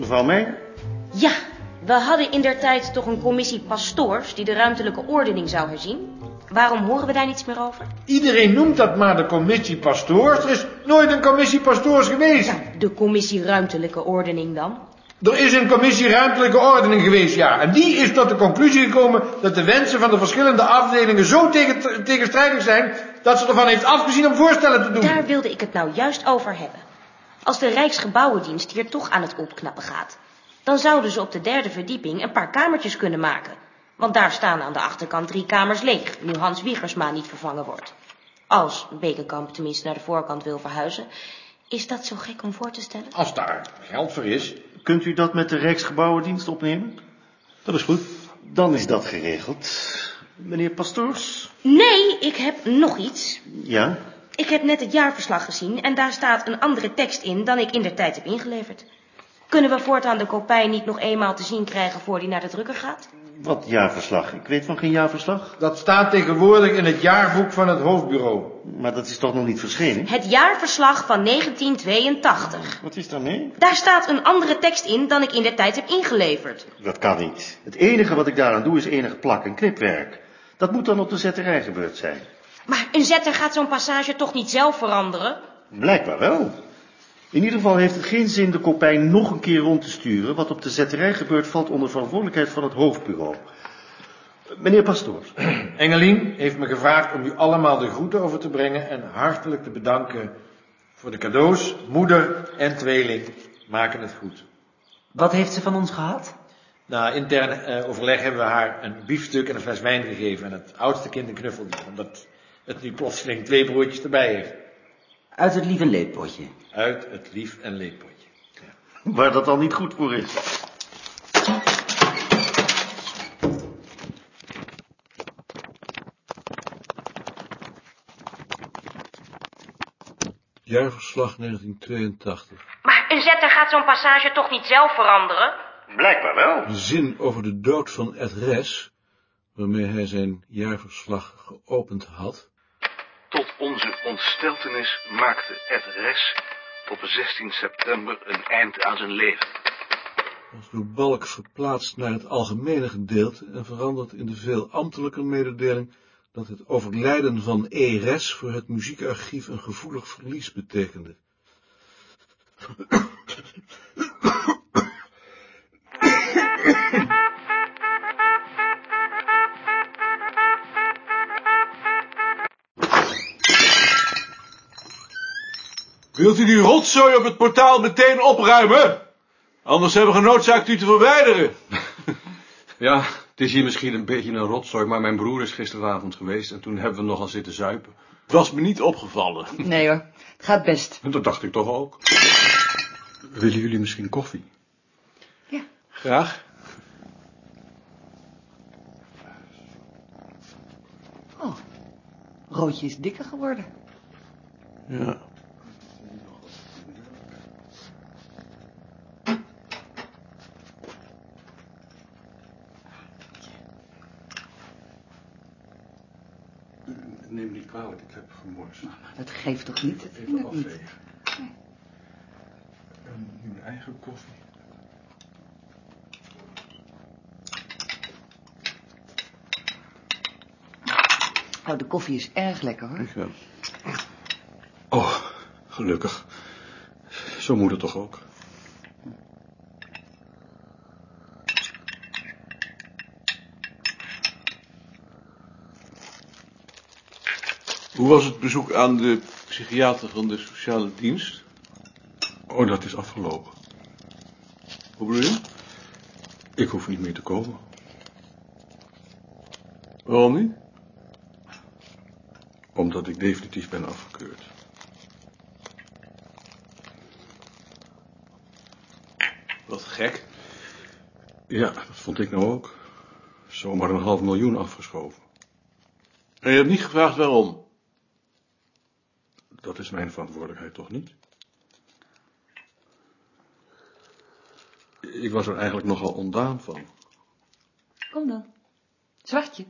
Mevrouw Meijer? Ja, we hadden indertijd toch een commissie pastoors die de ruimtelijke ordening zou herzien. Waarom horen we daar niets meer over? Iedereen noemt dat maar de commissie pastoors. Er is nooit een commissie pastoors geweest. Nou, de commissie ruimtelijke ordening dan? Er is een commissie ruimtelijke ordening geweest, ja. En die is tot de conclusie gekomen dat de wensen van de verschillende afdelingen zo tegenstrijdig zijn dat ze ervan heeft afgezien om voorstellen te doen. Daar wilde ik het nou juist over hebben. Als de Rijksgebouwendienst hier toch aan het opknappen gaat, dan zouden ze op de 3e verdieping een paar kamertjes kunnen maken. Want daar staan aan de achterkant 3 kamers leeg, nu Hans Wiegersma niet vervangen wordt. Als Bekenkamp tenminste naar de voorkant wil verhuizen, is dat zo gek om voor te stellen? Als daar geld voor is. Kunt u dat met de Rijksgebouwendienst opnemen? Dat is goed. Dan is dat geregeld. Meneer Pastoors? Nee, ik heb nog iets. Ja? Ik heb net het jaarverslag gezien en daar staat een andere tekst in dan ik indertijd heb ingeleverd. Kunnen we voortaan de kopij niet nog eenmaal te zien krijgen voor die naar de drukker gaat? Wat jaarverslag? Ik weet van geen jaarverslag. Dat staat tegenwoordig in het jaarboek van het hoofdbureau. Maar dat is toch nog niet verschenen? Het jaarverslag van 1982. Wat is daarmee? Daar staat een andere tekst in dan ik indertijd heb ingeleverd. Dat kan niet. Het enige wat ik daaraan doe is enige plak- en knipwerk. Dat moet dan op de zetterij gebeurd zijn. Maar een zetter gaat zo'n passage toch niet zelf veranderen? Blijkbaar wel. In ieder geval heeft het geen zin de kopij nog een keer rond te sturen. Wat op de zetterij gebeurt valt onder verantwoordelijkheid van het hoofdbureau. Meneer Pastoors. Engelien heeft me gevraagd om u allemaal de groeten over te brengen en hartelijk te bedanken voor de cadeaus. Moeder en tweeling maken het goed. Wat heeft ze van ons gehad? Na intern overleg hebben we haar een biefstuk en een fles wijn gegeven en het oudste kind een knuffeltje, omdat het nu plotseling 2 broertjes erbij heeft. Uit het lief en leedpotje. Uit het lief en leedpotje. Ja. Waar dat al niet goed voor is. Jaarverslag 1982. Maar een zetter gaat zo'n passage toch niet zelf veranderen? Blijkbaar wel. De zin over de dood van Ed Res, waarmee hij zijn jaarverslag geopend had. Tot onze ontsteltenis maakte Ed Res op 16 september een eind aan zijn leven. Was door Balk verplaatst naar het algemene gedeelte en veranderd in de veel ambtelijke mededeling dat het overlijden van E. Res voor het muziekarchief een gevoelig verlies betekende. Wilt u die rotzooi op het portaal meteen opruimen? Anders hebben we genoodzaakt u te verwijderen. Ja, het is hier misschien een beetje een rotzooi, maar mijn broer is gisteravond geweest en toen hebben we nogal zitten zuipen. Het was me niet opgevallen. Nee hoor, het gaat best. Dat dacht ik toch ook. Willen jullie misschien koffie? Ja. Graag. Oh, Roodje is dikker geworden. Ja. Neem niet kwalijk, ik heb gemorst. Dat geeft toch niet? Dat Even hindert niet. afvegen. Nee. En nu mijn eigen koffie. Oh, de koffie is erg lekker hoor. Ja. Oh, gelukkig. Zo moet het toch ook. Hoe was het bezoek aan de psychiater van de sociale dienst? Oh, dat is afgelopen. Hoe bedoel je? Ik hoef niet meer te komen. Waarom niet? Omdat ik definitief ben afgekeurd. Wat gek. Ja, dat vond ik nou ook. Zomaar 500.000 afgeschoven. En je hebt niet gevraagd waarom? Dat is mijn verantwoordelijkheid toch niet? Ik was er eigenlijk nogal ontdaan van. Kom dan. Zwartje.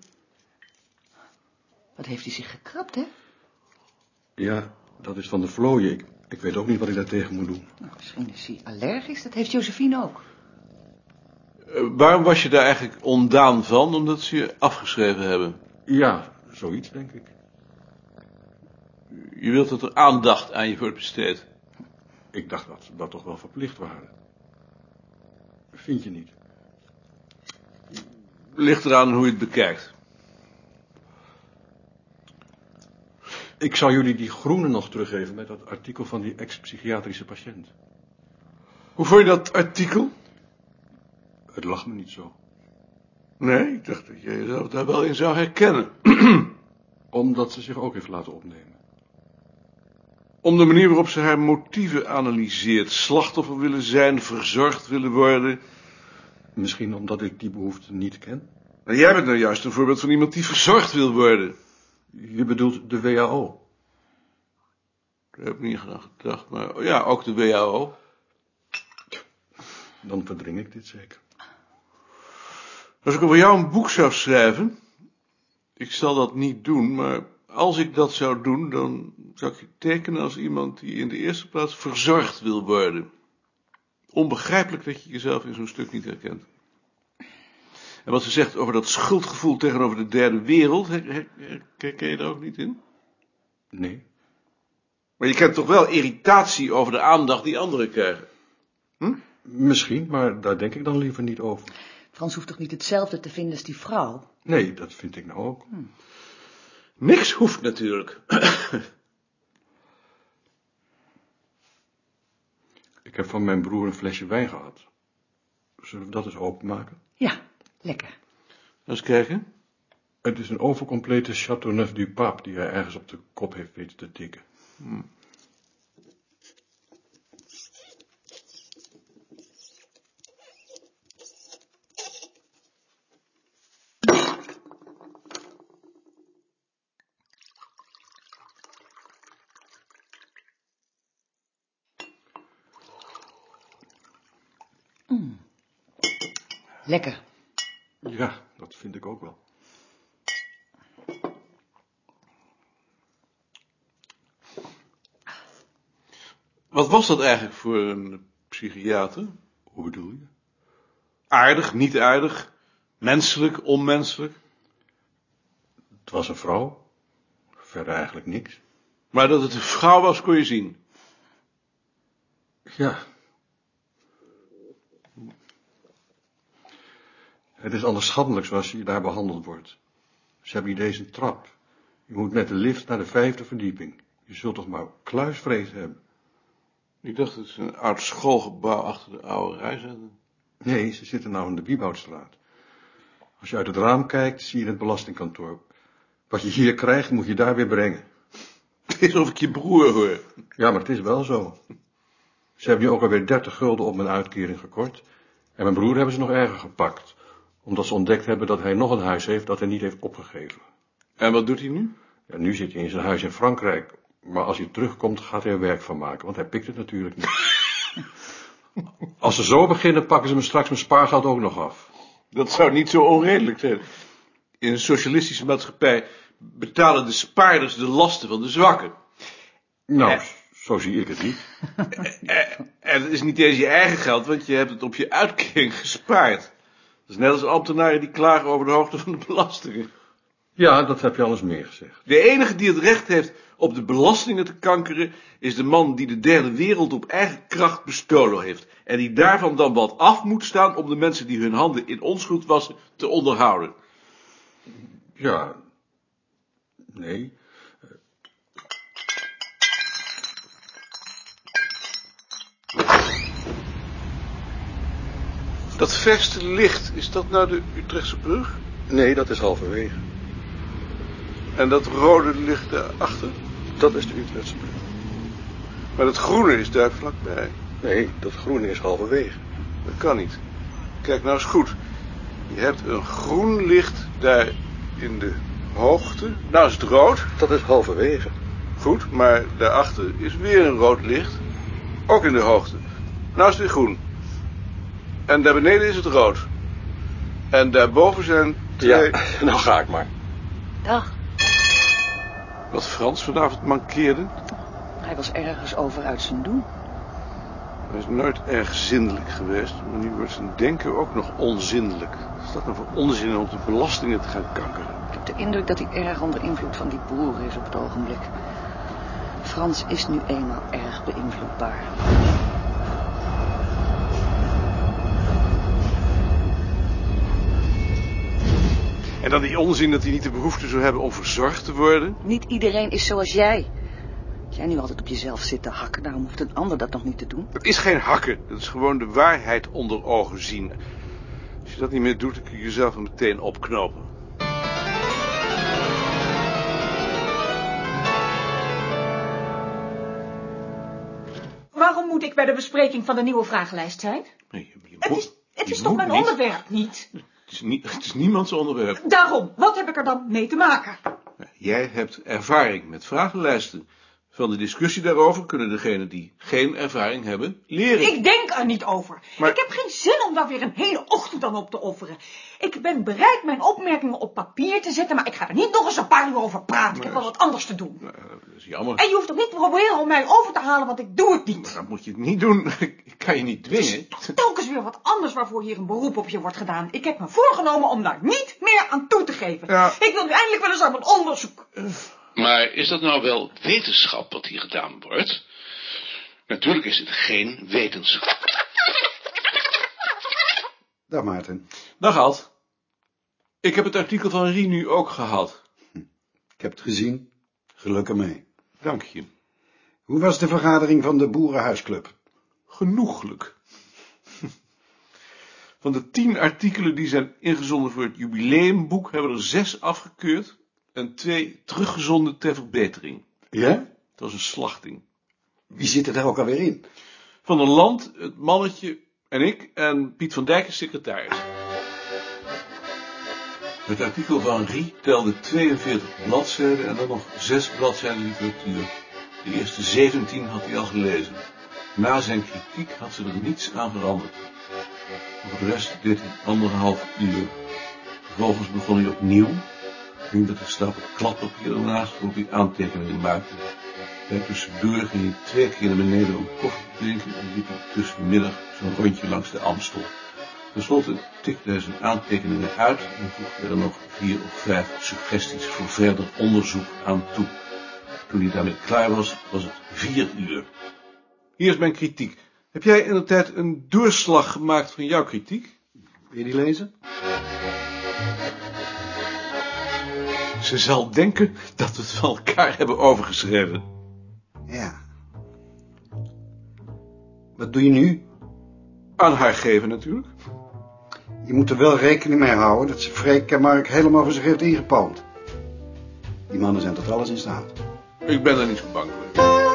Wat heeft hij zich gekrapt, hè? Ja, dat is van de vlooien. Ik weet ook niet wat ik daartegen moet doen. Nou, misschien is hij allergisch, dat heeft Josephine ook. Waarom was je daar eigenlijk ondaan van? Omdat ze je afgeschreven hebben. Ja, zoiets denk ik. Je wilt dat er aandacht aan je wordt besteed. Ik dacht dat ze dat toch wel verplicht waren. Vind je niet? Ligt eraan hoe je het bekijkt. Ik zal jullie die groene nog teruggeven met dat artikel van die ex-psychiatrische patiënt. Hoe vond je dat artikel? Het lag me niet zo. Nee, ik dacht dat je jezelf daar wel in zou herkennen. Omdat ze zich ook heeft laten opnemen. Om de manier waarop ze haar motieven analyseert. Slachtoffer willen zijn, verzorgd willen worden. Misschien omdat ik die behoefte niet ken? En jij bent nou juist een voorbeeld van iemand die verzorgd wil worden. Je bedoelt de WHO? Daar heb ik niet aan gedacht, maar ja, ook de WHO. Dan verdring ik dit zeker. Als ik over jou een boek zou schrijven, ik zal dat niet doen, maar als ik dat zou doen, dan zou ik je tekenen als iemand die in de eerste plaats verzorgd wil worden. Onbegrijpelijk dat je jezelf in zo'n stuk niet herkent. En wat ze zegt over dat schuldgevoel tegenover de derde wereld, herken je daar ook niet in? Nee. Maar je kent toch wel irritatie over de aandacht die anderen krijgen? Misschien, maar daar denk ik dan liever niet over. Frans hoeft toch niet hetzelfde te vinden als die vrouw? Nee, dat vind ik nou ook. Niks hoeft natuurlijk. Ik heb van mijn broer een flesje wijn gehad. Zullen we dat eens openmaken? Ja, lekker. Eens kijken. Het is een overcomplete Châteauneuf du Pape die hij ergens op de kop heeft weten te tikken. Lekker. Ja, dat vind ik ook wel. Wat was dat eigenlijk voor een psychiater? Hoe bedoel je? Aardig, niet aardig, menselijk, onmenselijk? Het was een vrouw. Verder eigenlijk niks. Maar dat het een vrouw was, kon je zien. Ja. Het is anders schandelijk zoals je daar behandeld wordt. Ze hebben niet eens een trap. Je moet met de lift naar de 5e verdieping. Je zult toch maar kluisvrees hebben. Ik dacht dat ze een oud schoolgebouw achter de oude rij zetten. Nee, ze zitten nou in de Wieboudstraat. Als je uit het raam kijkt, zie je het belastingkantoor. Wat je hier krijgt, moet je daar weer brengen. Het is of ik je broer hoor. Ja, maar het is wel zo. Ze hebben nu ook alweer 30 gulden op mijn uitkering gekort. En mijn broer hebben ze nog erger gepakt. Omdat ze ontdekt hebben dat hij nog een huis heeft dat hij niet heeft opgegeven. En wat doet hij nu? Ja, nu zit hij in zijn huis in Frankrijk. Maar als hij terugkomt, gaat hij er werk van maken. Want hij pikt het natuurlijk niet. Als ze zo beginnen, pakken ze me straks mijn spaargeld ook nog af. Dat zou niet zo onredelijk zijn. In een socialistische maatschappij betalen de spaarders de lasten van de zwakken. Nou, zo zie ik het niet. En het is niet eens je eigen geld, want je hebt het op je uitkering gespaard. Dat is net als ambtenaren die klagen over de hoogte van de belastingen. Ja, dat heb je al eens meer gezegd. De enige die het recht heeft op de belastingen te kankeren, is de man die de derde wereld op eigen kracht bestolen heeft. En die daarvan dan wat af moet staan om de mensen die hun handen in onschuld wassen te onderhouden. Ja, nee. Dat verste licht, is dat nou de Utrechtse brug? Nee, dat is halverwege. En dat rode licht daarachter? Dat is de Utrechtse brug. Maar dat groene is daar vlakbij. Nee, dat groene is halverwege. Dat kan niet. Kijk nou eens goed. Je hebt een groen licht daar in de hoogte. Nou is het rood. Dat is halverwege. Goed, maar daarachter is weer een rood licht. Ook in de hoogte. Nou is het weer groen. En daar beneden is het rood. En daarboven zijn twee... Ja, nou ga ik maar. Dag. Wat Frans vanavond mankeerde. Hij was ergens over uit zijn doen. Hij is nooit erg zindelijk geweest, maar nu wordt zijn denken ook nog onzindelijk. Wat is dat nou voor onzin om op de belastingen te gaan kankeren? Ik heb de indruk dat hij erg onder invloed van die broer is op het ogenblik. Frans is nu eenmaal erg beïnvloedbaar. En dan die onzin dat hij niet de behoefte zou hebben om verzorgd te worden. Niet iedereen is zoals jij. Als jij nu altijd op jezelf zit te hakken, daarom hoeft een ander dat nog niet te doen. Dat is geen hakken, dat is gewoon de waarheid onder ogen zien. Als je dat niet meer doet, dan kun je jezelf er meteen opknopen. Waarom moet ik bij de bespreking van de nieuwe vragenlijst zijn? Nee, Het is toch mijn onderwerp niet? Het is niemands onderwerp. Daarom, wat heb ik er dan mee te maken? Jij hebt ervaring met vragenlijsten. Van de discussie daarover kunnen degenen die geen ervaring hebben leren. Ik denk er niet over. Maar... Ik heb geen zin om daar weer een hele ochtend aan op te offeren. Ik ben bereid mijn opmerkingen op papier te zetten, maar ik ga er niet nog eens een paar uur over praten. Ik heb wel wat anders te doen. Nou, dat is jammer. En je hoeft ook niet te proberen om mij over te halen, want ik doe het niet. Maar dan moet je het niet doen. Ik kan je niet dwingen. Het is toch telkens weer wat anders waarvoor hier een beroep op je wordt gedaan. Ik heb me voorgenomen om daar niet meer aan toe te geven. Ja. Ik wil nu eindelijk wel eens aan mijn onderzoek. Maar is dat nou wel wetenschap wat hier gedaan wordt? Natuurlijk is het geen wetenschap. Dag Maarten. Dag Alt. Ik heb het artikel van Rie nu ook gehad. Ik heb het gezien. Geluk ermee. Dank je. Hoe was de vergadering van de Boerenhuisclub? Genoeglijk. Van de 10 artikelen die zijn ingezonden voor het jubileumboek hebben er 6 afgekeurd en 2 teruggezonden ter verbetering. Ja? Het was een slachting. Wie zit er daar ook alweer in? Van der Land, het mannetje en ik en Piet van Dijk is secretaris. Het artikel van Rie telde 42 bladzijden en dan nog 6 bladzijden literatuur. De eerste 17 had hij al gelezen. Na zijn kritiek had ze er niets aan veranderd. Voor de rest deed hij 1,5 uur. Vervolgens begon hij opnieuw. Nu met een stapel kladpapier ernaast waarop hij aantekeningen maakte. Bij tussendoor ging hij 2 keer naar beneden om koffie te drinken en liep hij tussen de middag zo'n rondje langs de Amstel. Ten slotte tikte hij zijn aantekeningen uit en voegde er nog 4 of 5 suggesties voor verder onderzoek aan toe. Toen hij daarmee klaar was, was het 4 uur. Hier is mijn kritiek. Heb jij inderdaad een doorslag gemaakt van jouw kritiek? Wil je die lezen? Ze zal denken dat we het van elkaar hebben overgeschreven. Ja. Wat doe je nu? Aan haar geven natuurlijk. Je moet er wel rekening mee houden dat ze Freek en Mark helemaal voor zich heeft ingepalmd. Die mannen zijn tot alles in staat. Ik ben er niet zo bang voor.